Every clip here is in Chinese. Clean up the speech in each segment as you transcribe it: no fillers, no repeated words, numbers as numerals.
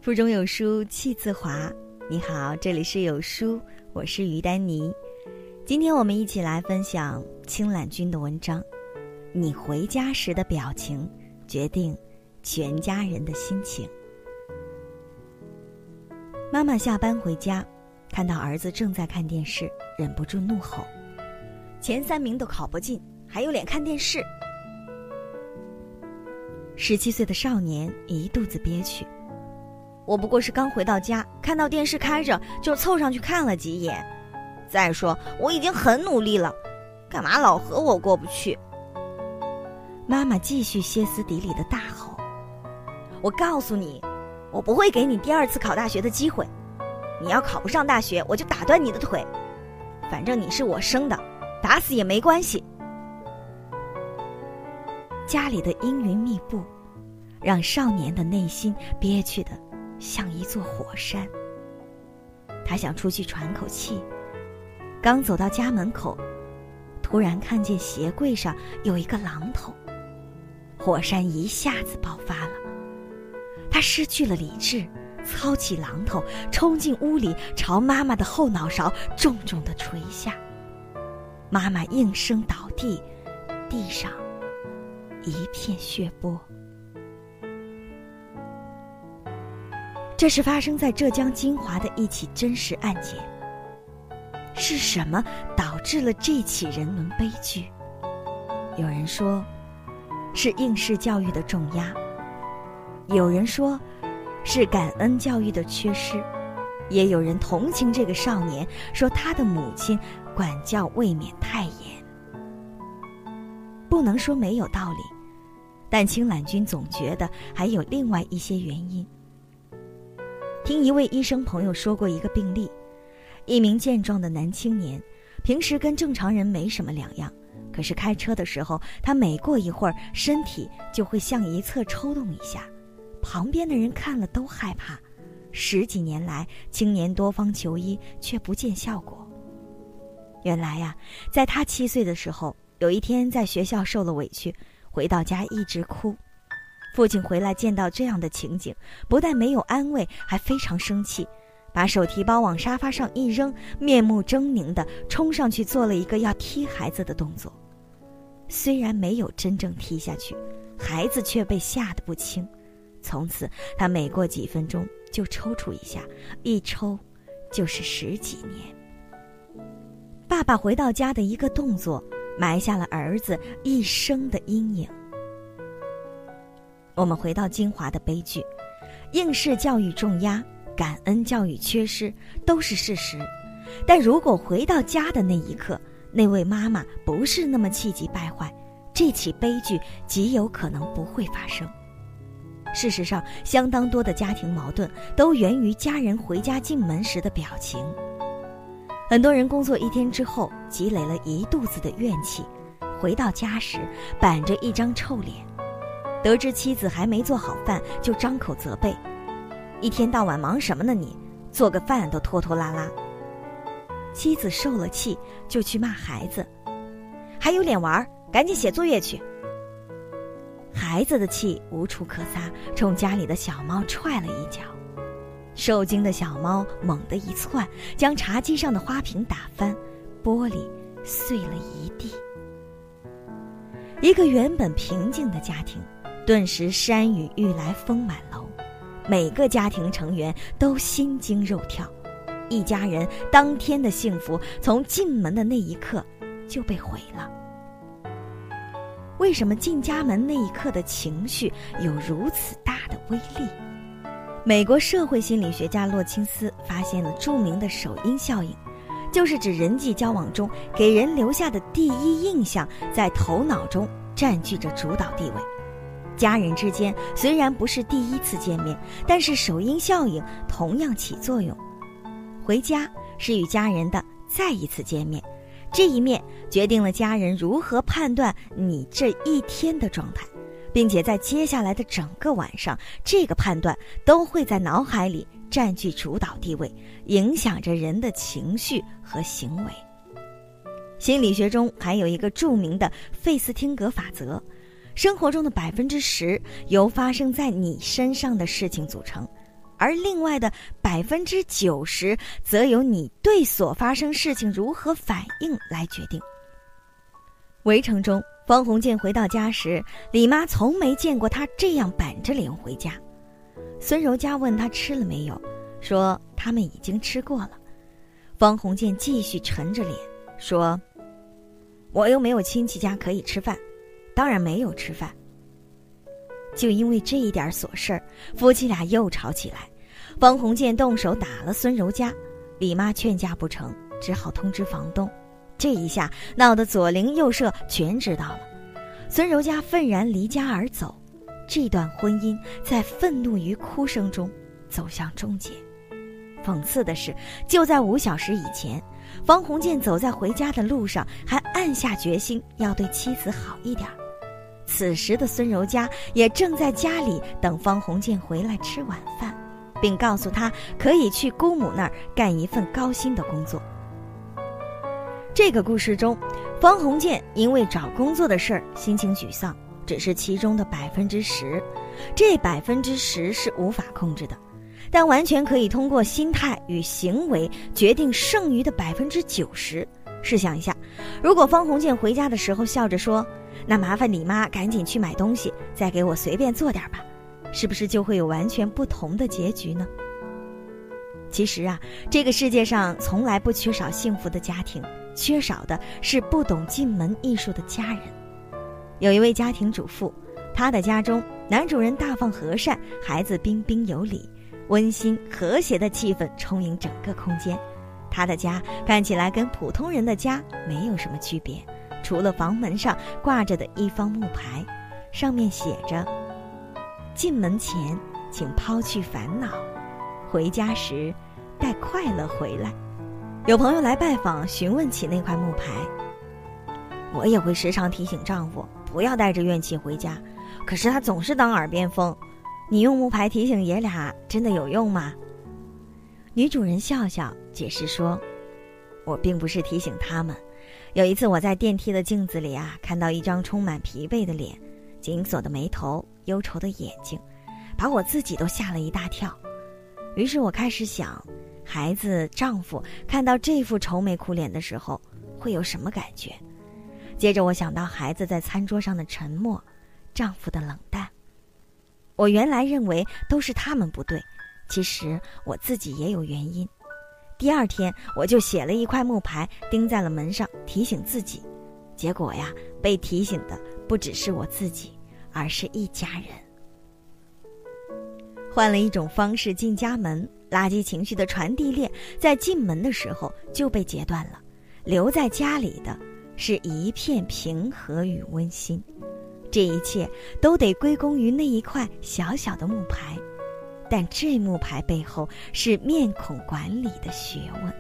腹中有书气自华。你好，这里是有书，我是于丹妮。今天我们一起来分享清懒君的文章。你回家时的表情决定全家人的心情。妈妈下班回家，看到儿子正在看电视，忍不住怒吼：前3名都考不进，还有脸看电视！17岁的少年一肚子憋屈。我不过是刚回到家，看到电视开着，就凑上去看了几眼。再说我已经很努力了，干嘛老和我过不去？妈妈继续歇斯底里的大吼：我告诉你，我不会给你第2次考大学的机会。你要考不上大学，我就打断你的腿。反正你是我生的，打死也没关系。家里的阴云密布，让少年的内心憋屈的像一座火山。他想出去喘口气，刚走到家门口，突然看见鞋柜上有一个榔头，火山一下子爆发了。他失去了理智，操起榔头冲进屋里，朝妈妈的后脑勺重重地捶下。妈妈应声倒地，地上一片血泊。这是发生在浙江金华的一起真实案件。是什么导致了这起人伦悲剧？有人说是应试教育的重压，有人说是感恩教育的缺失，也有人同情这个少年，说他的母亲管教未免太严。不能说没有道理，但清懒君总觉得还有另外一些原因。听一位医生朋友说过一个病例，一名健壮的男青年，平时跟正常人没什么两样，可是开车的时候，他每过一会儿身体就会向一侧抽动一下，旁边的人看了都害怕。10几年来，青年多方求医，却不见效果。原来呀，在他7岁的时候，有一天在学校受了委屈，回到家一直哭。父亲回来见到这样的情景，不但没有安慰，还非常生气，把手提包往沙发上一扔，面目狰狞地冲上去做了一个要踢孩子的动作。虽然没有真正踢下去，孩子却被吓得不轻。从此他每过几分钟就抽搐一下，一抽就是10几年。爸爸回到家的一个动作，埋下了儿子一生的阴影。我们回到金华的悲剧，应试教育重压，感恩教育缺失，都是事实。但如果回到家的那一刻，那位妈妈不是那么气急败坏，这起悲剧极有可能不会发生。事实上，相当多的家庭矛盾都源于家人回家进门时的表情。很多人工作1天之后，积累了一肚子的怨气，回到家时板着一张臭脸，得知妻子还没做好饭，就张口责备：一天到晚忙什么呢你？做个饭都拖拖拉拉。妻子受了气，就去骂孩子：还有脸玩，赶紧写作业去。孩子的气无处可撒，冲家里的小猫踹了一脚。受惊的小猫猛地一窜，将茶几上的花瓶打翻，玻璃碎了一地。一个原本平静的家庭，顿时山雨欲来风满楼，每个家庭成员都心惊肉跳，一家人当天的幸福从进门的那一刻就被毁了。为什么进家门那一刻的情绪有如此大的威力？美国社会心理学家洛钦斯发现了著名的首因效应，就是指人际交往中给人留下的第一印象在头脑中占据着主导地位。家人之间虽然不是第1次见面，但是首因效应同样起作用。回家是与家人的再一次见面，这一面决定了家人如何判断你这一天的状态，并且在接下来的整个晚上，这个判断都会在脑海里占据主导地位，影响着人的情绪和行为。心理学中还有一个著名的费斯汀格法则，生活中的10%由发生在你身上的事情组成而另外的90%则由你对所发生事情如何反应来决定。围城中，方鸿渐回到家时，李妈从没见过他这样板着脸回家。孙柔嘉问他吃了没有，说他们已经吃过了。方鸿渐继续沉着脸说，我又没有亲戚家可以吃饭，当然没有吃饭。就因为这一点琐事，夫妻俩又吵起来。方鸿渐动手打了孙柔嘉，李妈劝架不成，只好通知房东。这一下闹得左邻右舍全知道了。孙柔嘉愤然离家而走，这段婚姻在愤怒与哭声中走向终结。讽刺的是，就在5小时以前，方鸿渐走在回家的路上，还暗下决心要对妻子好一点。此时的孙柔嘉也正在家里等方鸿渐回来吃晚饭，并告诉他可以去姑母那儿干一份高薪的工作。这个故事中，方鸿渐因为找工作的事儿心情沮丧，只是其中的10%，这10%是无法控制的，但完全可以通过心态与行为决定剩余的90%。试想一下，如果方鸿渐回家的时候笑着说，那麻烦李妈赶紧去买东西，再给我随便做点吧，是不是就会有完全不同的结局呢？其实啊，这个世界上从来不缺少幸福的家庭，缺少的是不懂进门艺术的家人。有一位家庭主妇，她的家中男主人大方和善，孩子彬彬有礼，温馨和谐的气氛充盈整个空间。她的家看起来跟普通人的家没有什么区别，除了房门上挂着的一方木牌，上面写着，进门前请抛去烦恼，回家时带快乐回来。有朋友来拜访，询问起那块木牌，我也会时常提醒丈夫不要带着怨气回家，可是他总是当耳边风。你用木牌提醒爷俩真的有用吗？女主人笑笑解释说，我并不是提醒他们。有一次我在电梯的镜子里看到一张充满疲惫的脸，紧锁的眉头，忧愁的眼睛，把我自己都吓了一大跳。于是我开始想，孩子、丈夫看到这副愁眉苦脸的时候会有什么感觉？接着我想到孩子在餐桌上的沉默，丈夫的冷淡。我原来认为都是他们不对，其实我自己也有原因。第二天我就写了一块木牌钉在了门上，提醒自己。结果呀，被提醒的不只是我自己，而是一家人。换了一种方式进家门，垃圾情绪的传递链在进门的时候就被截断了，留在家里的是一片平和与温馨。这一切都得归功于那一块小小的木牌，但这木牌背后是面孔管理的学问。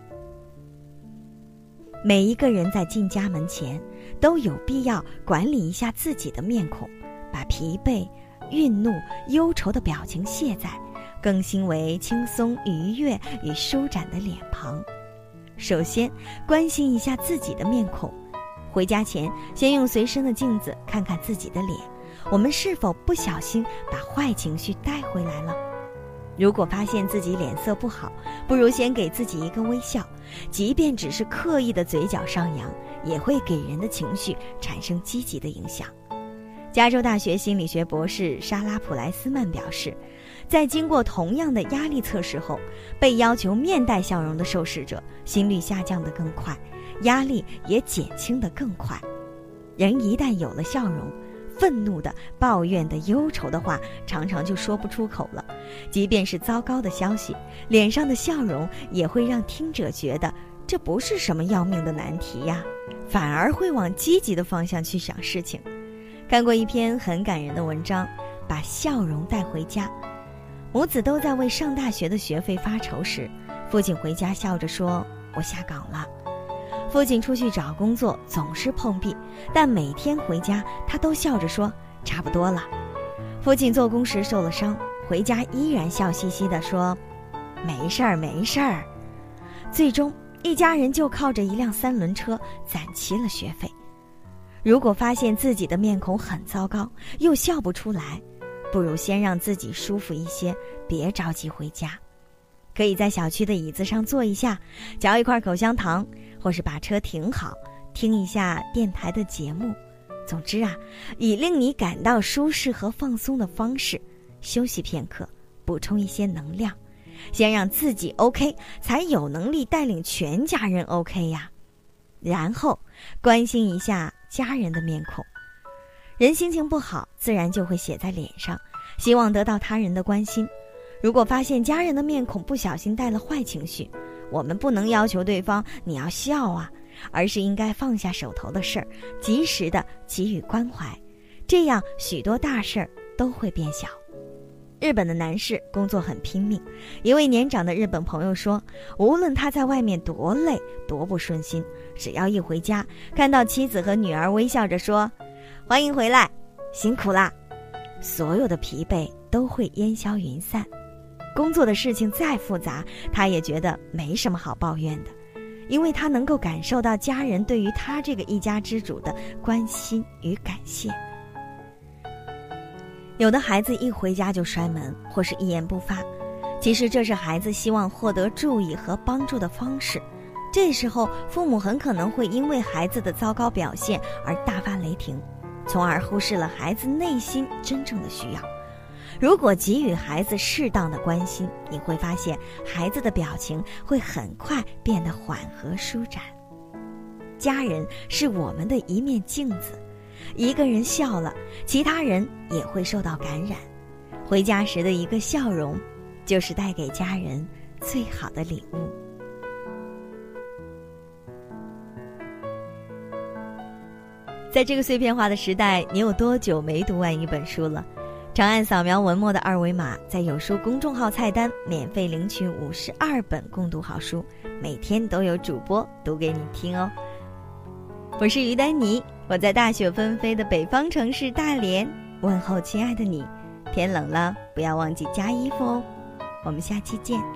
每一个人在进家门前都有必要管理一下自己的面孔，把疲惫、愠怒、忧愁的表情卸载，更新为轻松、愉悦与舒展的脸庞。首先关心一下自己的面孔，回家前先用随身的镜子看看自己的脸，我们是否不小心把坏情绪带回来了？如果发现自己脸色不好，不如先给自己一个微笑，即便只是刻意的嘴角上扬，也会给人的情绪产生积极的影响。加州大学心理学博士莎拉普莱斯曼表示，在经过同样的压力测试后，被要求面带笑容的受试者心率下降得更快，压力也减轻得更快。人一旦有了笑容，愤怒的、抱怨的、忧愁的话常常就说不出口了。即便是糟糕的消息，脸上的笑容也会让听者觉得这不是什么要命的难题呀，反而会往积极的方向去想事情。看过一篇很感人的文章，把笑容带回家。母子都在为上大学的学费发愁时，父亲回家笑着说，我下岗了。父亲出去找工作总是碰壁，但每天回家他都笑着说差不多了。父亲做工时受了伤，回家依然笑嘻嘻地说没事儿没事儿。最终一家人就靠着一辆3轮车攒齐了学费。如果发现自己的面孔很糟糕，又笑不出来， 不如先让自己舒服一些，别着急回家。可以在小区的椅子上坐一下，嚼一块口香糖，或是把车停好，听一下电台的节目。总之啊，以令你感到舒适和放松的方式休息片刻，补充一些能量。先让自己 OK， 才有能力带领全家人 OK 呀。然后关心一下家人的面孔。人心情不好，自然就会写在脸上，希望得到他人的关心。如果发现家人的面孔不小心带了坏情绪，我们不能要求对方你要笑啊，而是应该放下手头的事儿，及时的给予关怀，这样许多大事儿都会变小。日本的男士工作很拼命，一位年长的日本朋友说，无论他在外面多累多不顺心，只要一回家，看到妻子和女儿微笑着说欢迎回来，辛苦啦，所有的疲惫都会烟消云散。工作的事情再复杂，他也觉得没什么好抱怨的，因为他能够感受到家人对于他这个一家之主的关心与感谢。有的孩子一回家就摔门，或是一言不发，其实这是孩子希望获得注意和帮助的方式。这时候父母很可能会因为孩子的糟糕表现而大发雷霆，从而忽视了孩子内心真正的需要。如果给予孩子适当的关心，你会发现孩子的表情会很快变得缓和舒展。家人是我们的一面镜子，一个人笑了，其他人也会受到感染。回家时的一个笑容，就是带给家人最好的礼物。在这个碎片化的时代，你有多久没读完一本书了？长按扫描文末的二维码，在有书公众号菜单免费领取52本共读好书，每天都有主播读给你听哦。我是于丹妮，我在大雪纷飞的北方城市大连问候亲爱的你。天冷了，不要忘记加衣服哦。我们下期见。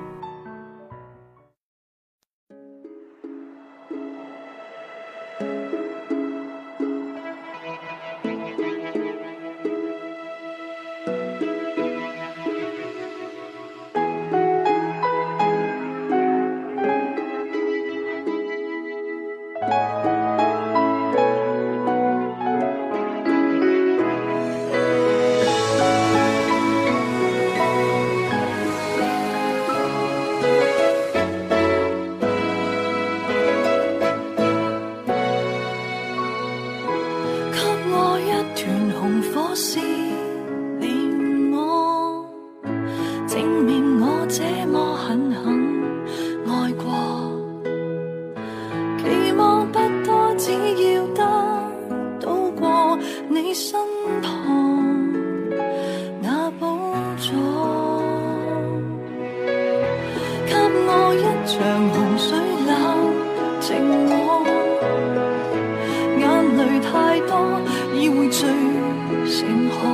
像洪水流情我，眼淚太多已匯聚成河，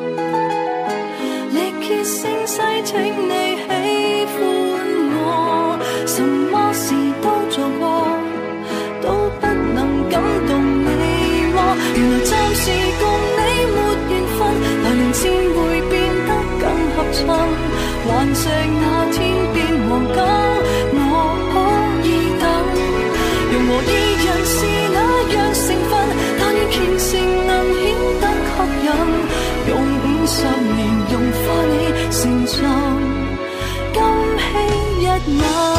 力竭聲勢請你喜歡我，什麼事都做過，都不能感動你麼？原來暫時共你沒緣分，來年漸會變得更合襯，還剩那天變黃金。和二人是那樣成分，但願虔誠能顯得吸引，用50年融化你成就，今夕一晚。